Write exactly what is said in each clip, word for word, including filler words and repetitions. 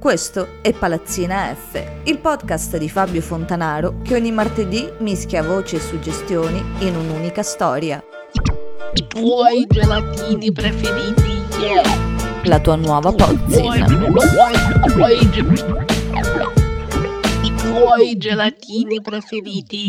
Questo è Palazzina F, il podcast di Fabio Fontanaro che ogni martedì mischia voci e suggestioni in un'unica storia. I tuoi gelatini preferiti, yeah. La tua nuova pozzina. I tuoi gelatini preferiti.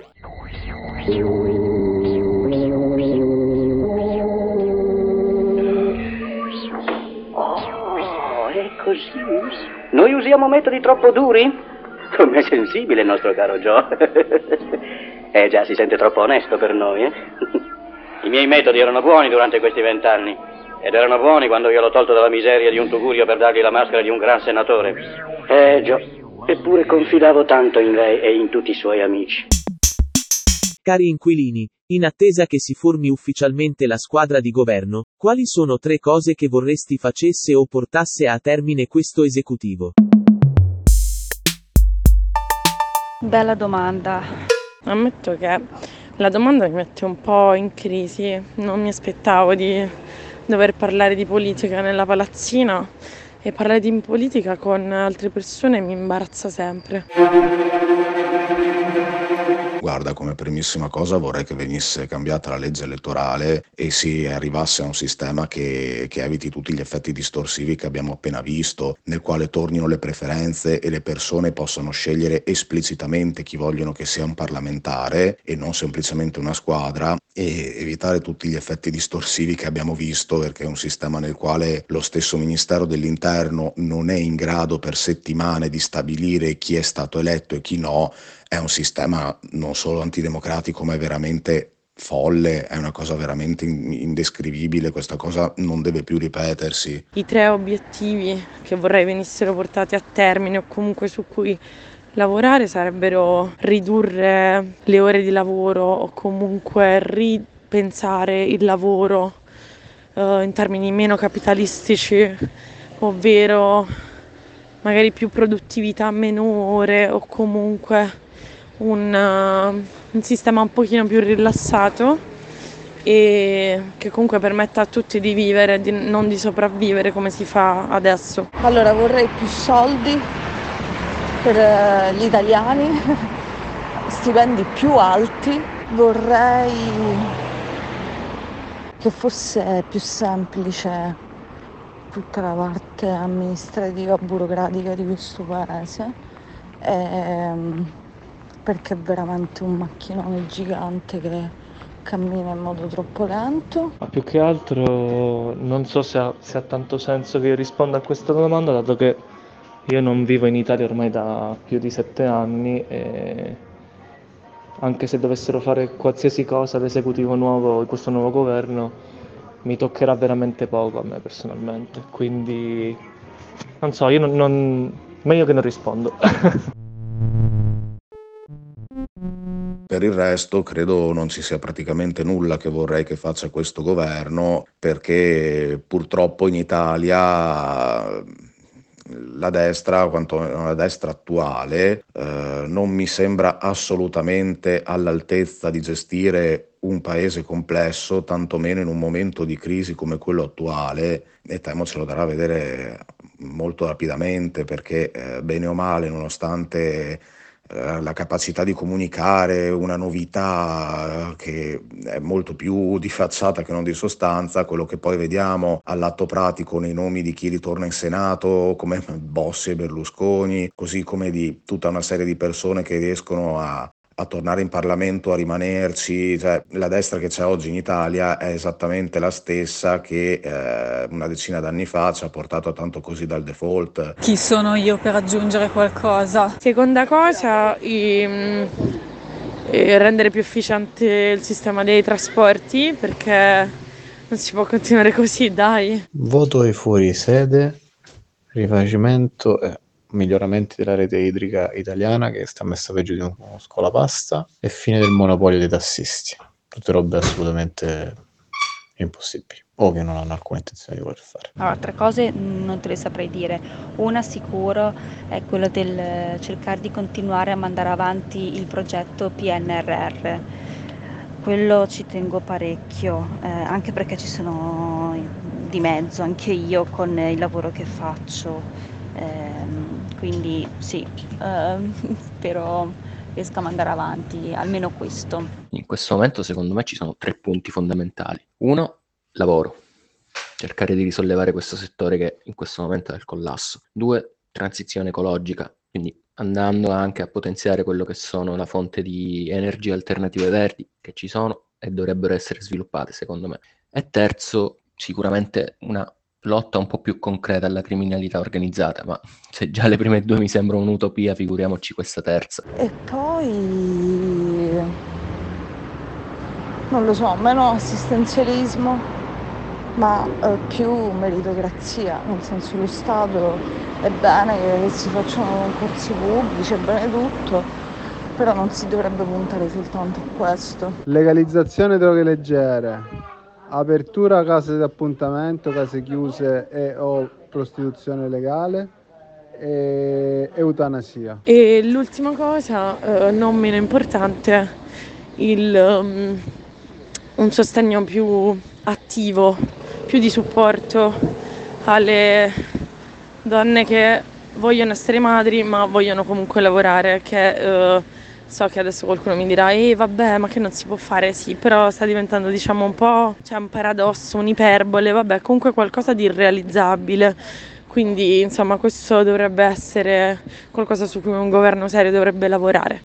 Oh, è così. Noi usiamo metodi troppo duri? Com'è sensibile il nostro caro Joe. Eh già, si sente troppo onesto per noi, eh? I miei metodi erano buoni durante questi vent'anni. Ed erano buoni quando io l'ho tolto dalla miseria di un tugurio per dargli la maschera di un gran senatore. Eh, Joe, eppure confidavo tanto in lei e in tutti i suoi amici. Cari inquilini, in attesa che si formi ufficialmente la squadra di governo, quali sono tre cose che vorresti facesse o portasse a termine questo esecutivo? Bella domanda. Ammetto che la domanda mi mette un po' in crisi. Non mi aspettavo di dover parlare di politica nella palazzina e parlare di politica con altre persone mi imbarazza sempre. Guarda, come primissima cosa vorrei che venisse cambiata la legge elettorale e si arrivasse a un sistema che, che eviti tutti gli effetti distorsivi che abbiamo appena visto, nel quale tornino le preferenze e le persone possano scegliere esplicitamente chi vogliono che sia un parlamentare e non semplicemente una squadra, e evitare tutti gli effetti distorsivi che abbiamo visto, perché è un sistema nel quale lo stesso Ministero dell'Interno non è in grado per settimane di stabilire chi è stato eletto e chi no. È un sistema non solo antidemocratico, ma è veramente folle, è una cosa veramente indescrivibile. Questa cosa non deve più ripetersi. I tre obiettivi che vorrei venissero portati a termine o comunque su cui lavorare sarebbero ridurre le ore di lavoro o comunque ripensare il lavoro eh, in termini meno capitalistici, ovvero magari più produttività, meno ore o comunque un, uh, un sistema un pochino più rilassato e che comunque permetta a tutti di vivere, di, non di sopravvivere come si fa adesso. Allora vorrei più soldi per uh, gli italiani, stipendi più alti, vorrei che fosse più semplice tutta la parte amministrativa burocratica di questo paese, ehm, perché è veramente un macchinone gigante che cammina in modo troppo lento. Ma più che altro non so se ha, se ha tanto senso che io risponda a questa domanda, dato che io non vivo in Italia ormai da più di sette anni e anche se dovessero fare qualsiasi cosa l'esecutivo nuovo, questo nuovo governo, mi toccherà veramente poco a me personalmente, quindi non so, io non, non... meglio che non rispondo. Per il resto credo non ci sia praticamente nulla che vorrei che faccia questo governo, perché purtroppo in Italia la destra, quanto la destra attuale, eh, non mi sembra assolutamente all'altezza di gestire un paese complesso, tantomeno in un momento di crisi come quello attuale, e temo ce lo darà a vedere molto rapidamente, perché eh, bene o male, nonostante eh, la capacità di comunicare una novità che è molto più di facciata che non di sostanza, quello che poi vediamo all'atto pratico nei nomi di chi ritorna in Senato, come Bossi e Berlusconi, così come di tutta una serie di persone che riescono a a tornare in Parlamento, a rimanerci, cioè la destra che c'è oggi in Italia è esattamente la stessa che eh, una decina d'anni fa ci ha portato a tanto così dal default. Chi sono io per aggiungere qualcosa? Seconda cosa, i, i rendere più efficiente il sistema dei trasporti, perché non si può continuare così, dai. Voto ai fuori sede, rifacimento e miglioramenti della rete idrica italiana che sta messa peggio di uno scolapasta, e fine del monopolio dei tassisti. Tutte robe assolutamente impossibili o che non hanno alcuna intenzione di voler fare. Allora, altre cose non te le saprei dire. Una sicuro è quella del cercare di continuare a mandare avanti il progetto P N R R. Quello ci tengo parecchio, eh, anche perché ci sono di mezzo anche io con il lavoro che faccio. Ehm, quindi sì, ehm, spero riescamo ad andare avanti, almeno questo. In questo momento secondo me ci sono tre punti fondamentali. Uno, lavoro, cercare di risollevare questo settore che in questo momento è al collasso. Due, transizione ecologica, quindi andando anche a potenziare quello che sono la fonte di energie alternative verdi che ci sono e dovrebbero essere sviluppate secondo me. E terzo, sicuramente una lotta un po' più concreta alla criminalità organizzata, ma se già le prime due mi sembrano un'utopia, figuriamoci questa terza. E poi non lo so, meno assistenzialismo, ma eh, più meritocrazia, nel senso lo Stato è bene che si facciano concorsi pubblici, è bene tutto, però non si dovrebbe puntare soltanto a questo. Legalizzazione droghe leggere, apertura case di appuntamento, case chiuse e o prostituzione legale e eutanasia. E l'ultima cosa, eh, non meno importante, il, um, un sostegno più attivo, più di supporto alle donne che vogliono essere madri ma vogliono comunque lavorare, che eh, so che adesso qualcuno mi dirà eh vabbè ma che non si può fare, sì, però sta diventando diciamo un po' cioè un paradosso, un'iperbole, vabbè comunque qualcosa di irrealizzabile, quindi insomma questo dovrebbe essere qualcosa su cui un governo serio dovrebbe lavorare.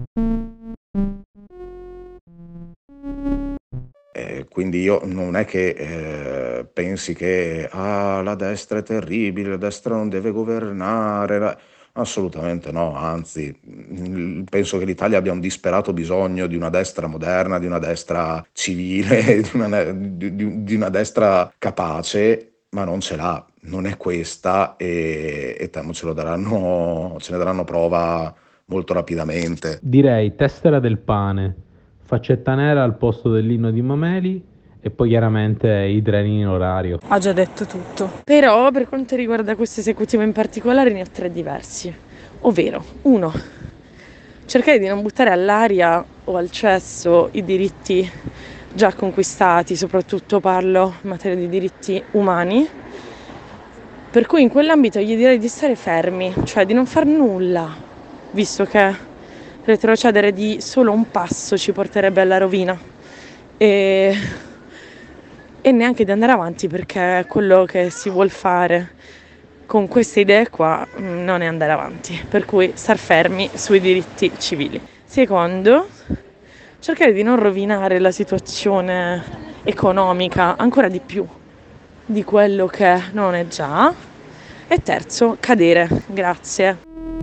Eh, quindi io non è che eh, pensi che ah, la destra è terribile, la destra non deve governare, la... assolutamente no, anzi penso che l'Italia abbia un disperato bisogno di una destra moderna, di una destra civile, di una, di, di una destra capace, ma non ce l'ha, non è questa e, e temo ce lo daranno, ce ne daranno prova molto rapidamente. Direi tessera del pane, faccetta nera al posto dell'inno di Mameli e poi chiaramente i treni in orario. Ha già detto tutto. Però per quanto riguarda questo esecutivo in particolare ne ho tre diversi, ovvero uno, cercare di non buttare all'aria o al cesso i diritti già conquistati, soprattutto parlo in materia di diritti umani, per cui in quell'ambito gli direi di stare fermi, cioè di non far nulla, visto che retrocedere di solo un passo ci porterebbe alla rovina e, e neanche di andare avanti, perché quello che si vuol fare con queste idee qua non è andare avanti, per cui star fermi sui diritti civili. Secondo, cercare di non rovinare la situazione economica ancora di più di quello che non è già. E terzo, cadere. Grazie.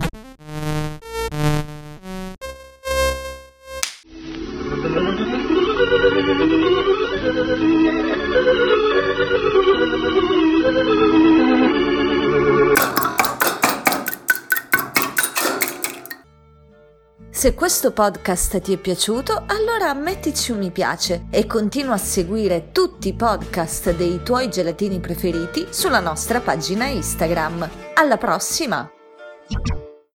Se questo podcast ti è piaciuto, allora mettici un mi piace e continua a seguire tutti i podcast dei tuoi gelatini preferiti sulla nostra pagina Instagram. Alla prossima!